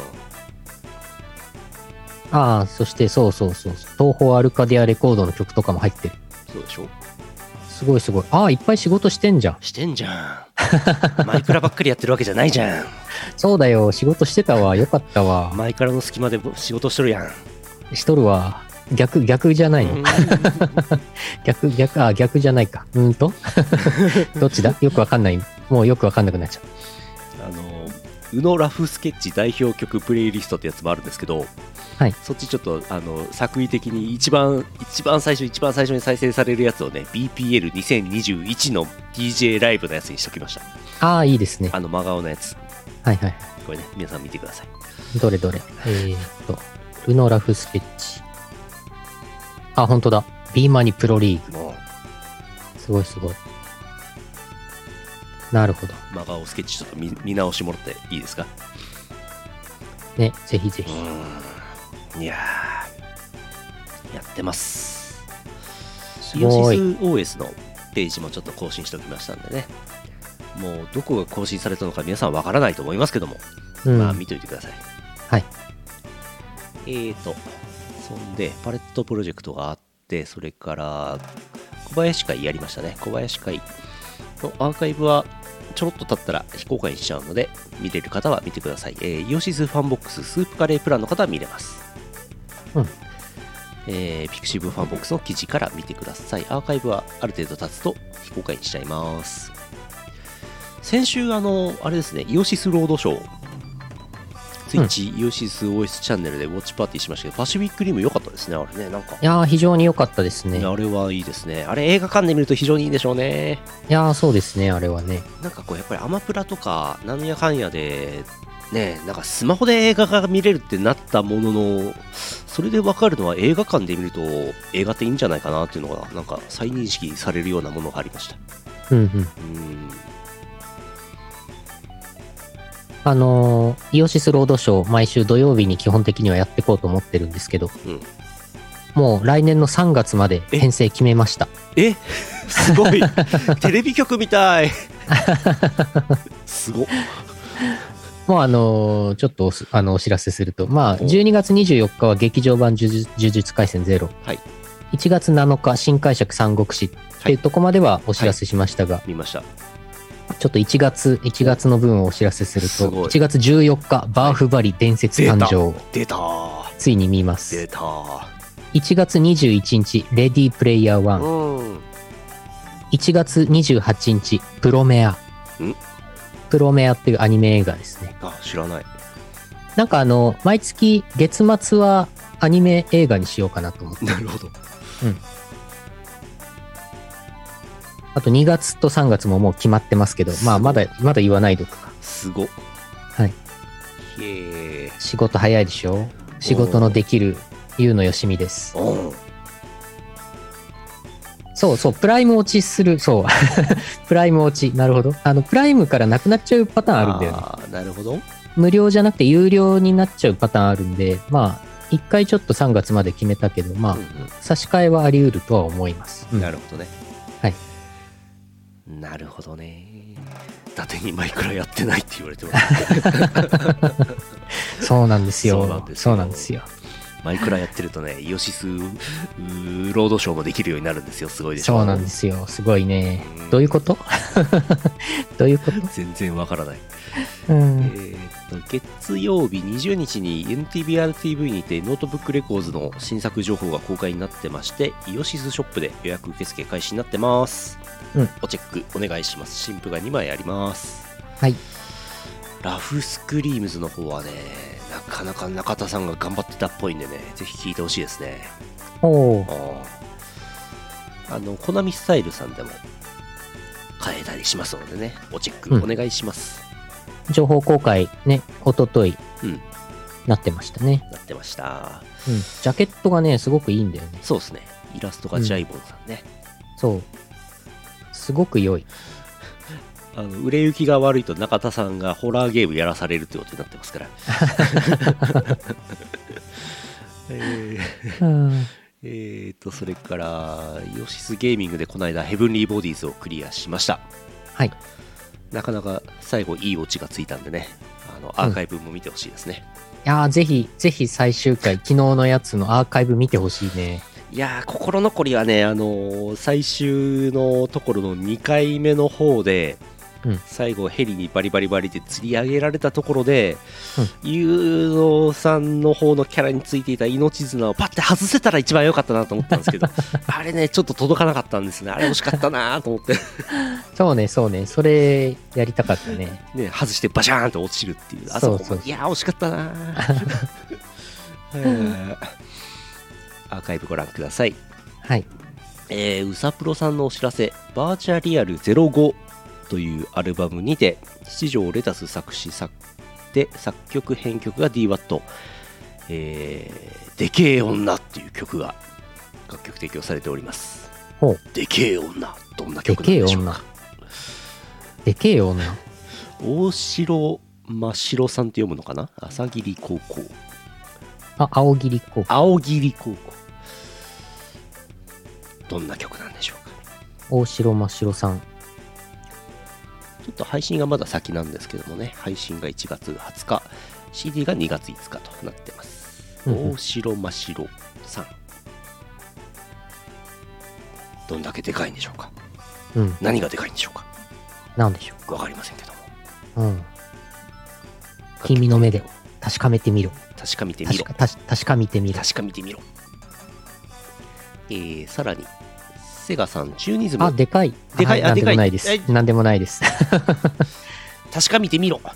うん。 ああ、そしてそうそうそう。東宝アルカディアレコードの曲とかも入ってる。 そうでしょ。 すごいすごい。ああ、いっぱい仕事してんじゃん。 してんじゃん。マイクラばっかりやってるわけじゃないじゃん。 そうだよ。仕事してたわ。よかったわ。 マイクラの隙間で仕事しとるやん。 しとるわ。逆、逆じゃないの逆、逆、あ、逆じゃないか。うんとどっちだよくわかんない。もうよくわかんなくなっちゃう。 あの、宇野ラフスケッチ代表曲プレイリストってやつもあるんですけど、 はい、 そっちちょっとあの作為的に一番一番最初一番最初に再生されるやつをね ビーピーエルにせんにじゅういち の ディージェー ライブのやつにしときました。 ああ、いいですね。 あの真顔のやつ。 はいはい。 これね、皆さん見てください。 どれどれ。えーっと、宇野ラフスケッチ。あ、ほんとだ。ビーマニプロリーグ。すごいすごい。なるほど。 真顔スケッチちょっと 見, 見直してもらっていいですかね、ぜひぜひ。 いやー、やってます。 すごい。 イオシス オーエス のページもちょっと更新しておきましたんでね。もうどこが更新されたのか皆さんわからないと思いますけども、うん、まあ見といてください。 はい。 えーと、そんでパレットプロジェクトがあって、それから小林会やりましたね。小林会のアーカイブはちょろっと経ったら非公開にしちゃうので、見れる方は見てください。えー、イオシスファンボックススープカレープランの方は見れます。 うん。 えー、ピクシブファンボックスの記事から見てください。アーカイブはある程度経つと非公開にしちゃいます。先週、あの、あれですね、イオシスロードショー、ツイッチ、うん、イオシス オーエス チャンネルでウォッチパーティーしましたけど、パシフィックリム良かったですね、あれね、なんか。 いやー、非常に良かったですね。 あれはいいですね。あれ映画館で見ると非常にいいんでしょうね。 いやー、そうですね、あれはね。 なんかこう、やっぱりアマプラとか、なんやかんやで、ね、なんかスマホで映画が見れるってなったものの、それで分かるのは映画館で見ると映画っていいんじゃないかなっていうのが、なんか再認識されるようなものがありました。 うんうん。 うんあのー、イオシスロードショー、毎週土曜日に基本的にはやっていこうと思ってるんですけど、 うん、 もう来年のさんがつまで編成決めました。 えすごいテレビ局みたいすごっ。 もうあのー、ちょっと お, あのお知らせすると、まあ、じゅうにがつにじゅうよっかは劇場版呪術廻戦ゼロ、 はい、 いちがつなのか新解釈三国志っていうとこまではお知らせしましたが、 はいはい、見ました。 ちょっといちがつ、いちがつの分をお知らせすると、いちがつじゅうよっか、バーフバリ伝説誕生。 出た。 ついに見ます。 出た。 いちがつにじゅういちにち、レディープレイヤーワン。 うん。 いちがつにじゅうはちにち、プロメア。 ん？ プロメアっていうアニメ映画ですね。 あ、知らない。 なんかあの毎月月末はアニメ映画にしようかなと思って。 なるほど。 うん。あとにがつとさんがつももう決まってますけど、まあまだまだ言わないでおくか。 すご。 はい。 へえ。 仕事早いでしょ。仕事のできるゆうのよしみです。 おそうそう、プライム落ちする、そう。プライム落ち、なるほど。あの、プライムからなくなっちゃうパターンあるんだよね。 ああ、なるほど。 無料じゃなくて有料になっちゃうパターンあるんで、まあ、一回ちょっとさんがつまで決めたけど、まあ、 うんうん、 差し替えはあり得るとは思います。 うん、なるほどね。 はい。 なるほどね。伊達にマイクラやってないって言われてます。 そうなんですよ。 そうなんですよ。 マイクラやってるとね、イオシスロードショーもできるようになるんですよ。すごいでしょ。 そうなんですよ。すごいね。うん、どういうことどういうこと全然わからない。 うん、 えー、っと月曜日にじゅうにちに エヌティービーアールティーブイ にてノートブックレコーズの新作情報が公開になってまして、イオシスショップで予約受付開始になってます。 うん、 おチェックお願いします。新譜がにまいあります。 はい。 ラフスクリームズの方はね、なかなか中田さんが頑張ってたっぽいんでね、ぜひ聴いてほしいですね。 おー。 あのコナミスタイルさんでも買えたりしますのでね、おチェックお願いします。 うん、情報公開ね、おととい、うん、なってましたね。 なってました。 うん。ジャケットがね、すごくいいんだよね。 そうですね。イラストがジャイボンさんね。 うん、そう。すごく良い。 あの売れ行きが悪いと中田さんがホラーゲームやらされるってことになってますから。えー、うん、えーとそれからイオシスゲーミングでこの間ヘブンリーボディーズをクリアしました。 はい。 なかなか最後いいオチがついたんでね、あのアーカイブも見てほしいですね。 うん、いやーぜひぜひ最終回昨日のやつのアーカイブ見てほしいね。 いやー心残りはね、あのー、最終のところのにかいめの方で、うん、最後ヘリにバリバリバリで釣り上げられたところで、うん、ユーノさんの方のキャラについていた命綱をパッて外せたら一番良かったなと思ったんですけどあれねちょっと届かなかったんですね。あれ惜しかったなと思ってそうねそうねそれやりたかったね。 ね外してバシャーンと落ちるっていうあそこそうそういや惜しかったなアーカイブご覧ください。 はい。 えー、うさプロさんのお知らせ、バーチャリアルゼロごというアルバムにて七条レタス作詞作で作曲編曲が ディーワット、えー、でけえ女っていう曲が楽曲提供されております。 ほう。 でけえ女、どんな曲なんでしょうか。 でけえ女、 大城真城さんって読むのかな。朝霧高校、 あ、青霧高校、 青霧高校、どんな曲なんでしょうか。 大城真城さん、 ちょっと配信がまだ先なんですけどもね、配信がいちがつはつか、シーディー がにがついつかとなってます。大城真城さん、どんだけでかいんでしょうか。うん、何がでかいんでしょうか。 なんでしょう。 わかりませんけども。 うん。君の目で確かめてみろ。 確かめてみろ。 確か、確かめてみろ。 確かめてみろ。えー、さらにセガさんチューニズム。 あ、でかい。 でかい。 あ、でかい。なんでもないです。なんでもないです。 確かめてみろ。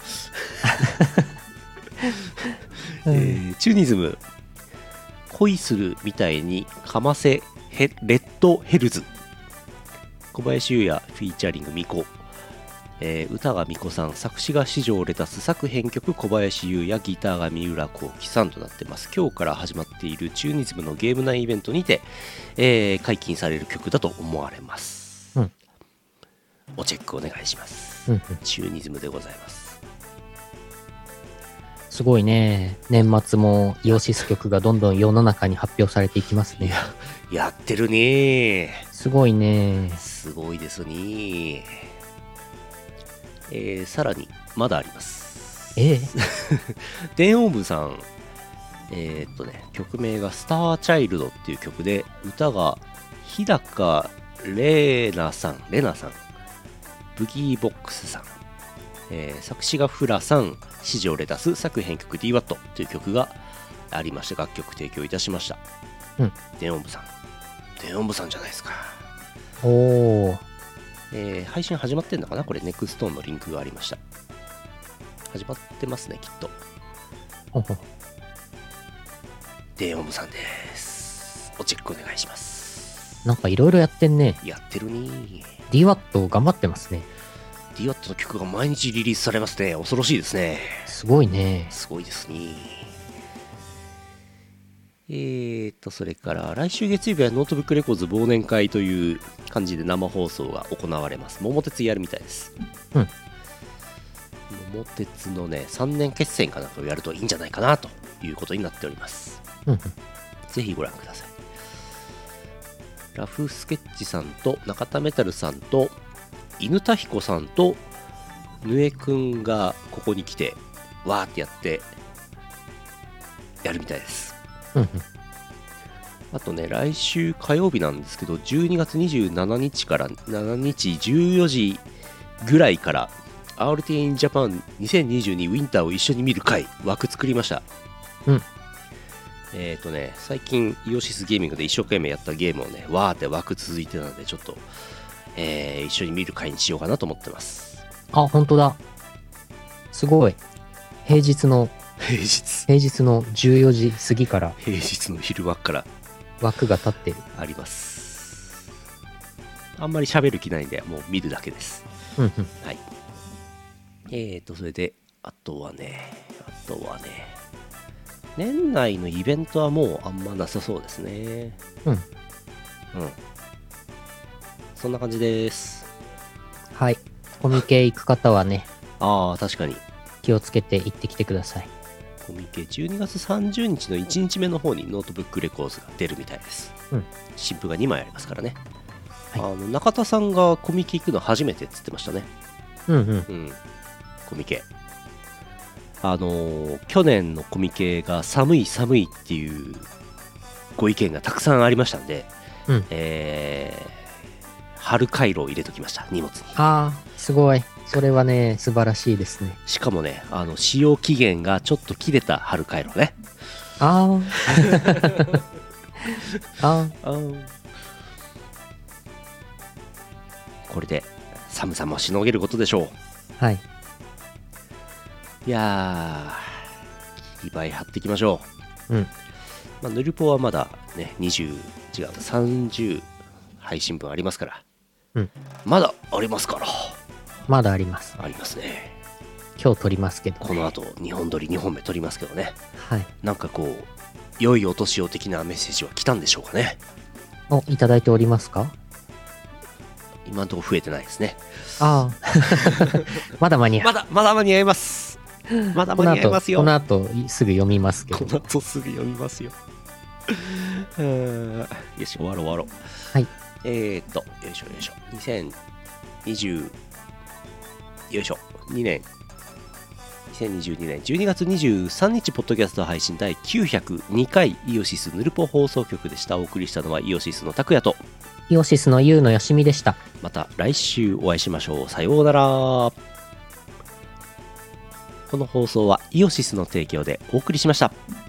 えー、チューニズム。恋するみたいにかませヘレッドヘルズ。小林優也フィーチャリングミコ。えー、歌がみこさん、作詞が四条レタス、作編曲小林優也、ギターが三浦幸喜さんとなってます。今日から始まっているチューニズムのゲーム内イベントにて、えー、解禁される曲だと思われます。うん、おチェックお願いします。うんうん、チューニズムでございます。 すごいね。年末もイオシス曲がどんどん世の中に発表されていきますね。 や、やってるね。 すごいね。 すごいですね。えー、さらにまだあります。 ええ電音部さん、えー、っとね曲名がスターチャイルドっていう曲で、歌が日高レーナさん、レナさん、ブギーボックスさん、えー、作詞がフラさん、四条レタス、作編曲 ディーワット という曲がありまして、楽曲提供いたしました。うん、電音部さん、電音部さんじゃないですか。 おー、 えー、配信始まってんのかなこれ。ネクストーンのリンクがありました。始まってますねきっと。 ほほデーオムさんです。おチェックお願いします。 なんかいろいろやってんね。 やってるに。 ディーワット 頑張ってますね。 ディーワット の曲が毎日リリースされますね。恐ろしいですね。 すごいね。 すごいですね。えーと、それから来週月曜日はノートブックレコーズ忘年会という感じで生放送が行われます。桃鉄やるみたいです。 うん。 桃鉄のね、さんねん決戦かなんかをやるといいんじゃないかなということになっております。 うん。 ぜひご覧ください。ラフスケッチさんと中田メタルさんと犬田彦さんとぬえくんがここに来てわーってやってやるみたいです。 うん。 あとね、来週火曜日なんですけど、じゅうにがつにじゅうしちにちからしちにちじゅうよじぐらいから アールティー in Japan にせんにじゅうにウィンターを一緒に見る回枠作りました。 うん。 えっとね、最近イオシスゲーミングで一生懸命やったゲームをね、わーって枠続いてたので、ちょっと、えー、一緒に見る回にしようかなと思ってます。 あ、本当だ。すごい。平日の、 平日。 平日のじゅうよじ過ぎから平日の昼間から枠が立ってる。 あります。あんまり喋る気ないんで、もう見るだけです。 うんうん。 はい。えーと、それで、あとはね、あとはね、年内のイベントはもうあんまなさそうですね。 うん。 うん。そんな感じです。 はい。コミケ行く方はね、 ああ、確かに。 気をつけて行ってきてください。 コミケじゅうにがつさんじゅうにちのいちにちめの方にノートブックレコーズが出るみたいです。 うん。 新譜がにまいありますからね。 はい、 あの中田さんがコミケ行くの初めてっつってましたね。 うんうん。 うん。コミケ。あのー、去年のコミケが寒い寒いっていうご意見がたくさんありましたんで、 うん、 えー、春回路を入れときました、荷物に。 ああ、すごい。それはね、素晴らしいですね。 しかもね、あの使用期限がちょっと切れた春回路ね。 ああ。ああ。 これで寒さもしのげることでしょう。 はい。 いやー、切り映え貼っていきましょう。うん。 まあ、ヌルポはまだね、にじゅう、違う、さんじゅう配信分ありますから。 うん。 まだありますから。 まだあります。 ありますね。 今日撮りますけど、ね。 この後、にほん撮りにほんめ撮りますけどね。 はい。 なんかこう、良いお年を的なメッセージは来たんでしょうかね。 お、いただいておりますか？ 今のところ増えてないですね。 ああ。まだ間に合う。 まだ、まだ間に合います。まだ間に合いますよ。 この後、この後すぐ読みますけど。 この後すぐ読みますよ。よし、終わろう終わろう。 はい。 えーっと、よいしょよいしょ。にせんにじゅう、よいしょ、にねん。にせんにじゅうにねんじゅうにがつにじゅうさんにちポッドキャスト配信第きゅうひゃくにかいイオシスヌルポ放送局でした。お送りしたのはイオシスの拓也とイオシスのユウのよしみでした。 また来週お会いしましょう。さようなら。この放送はイオシスの提供でお送りしました。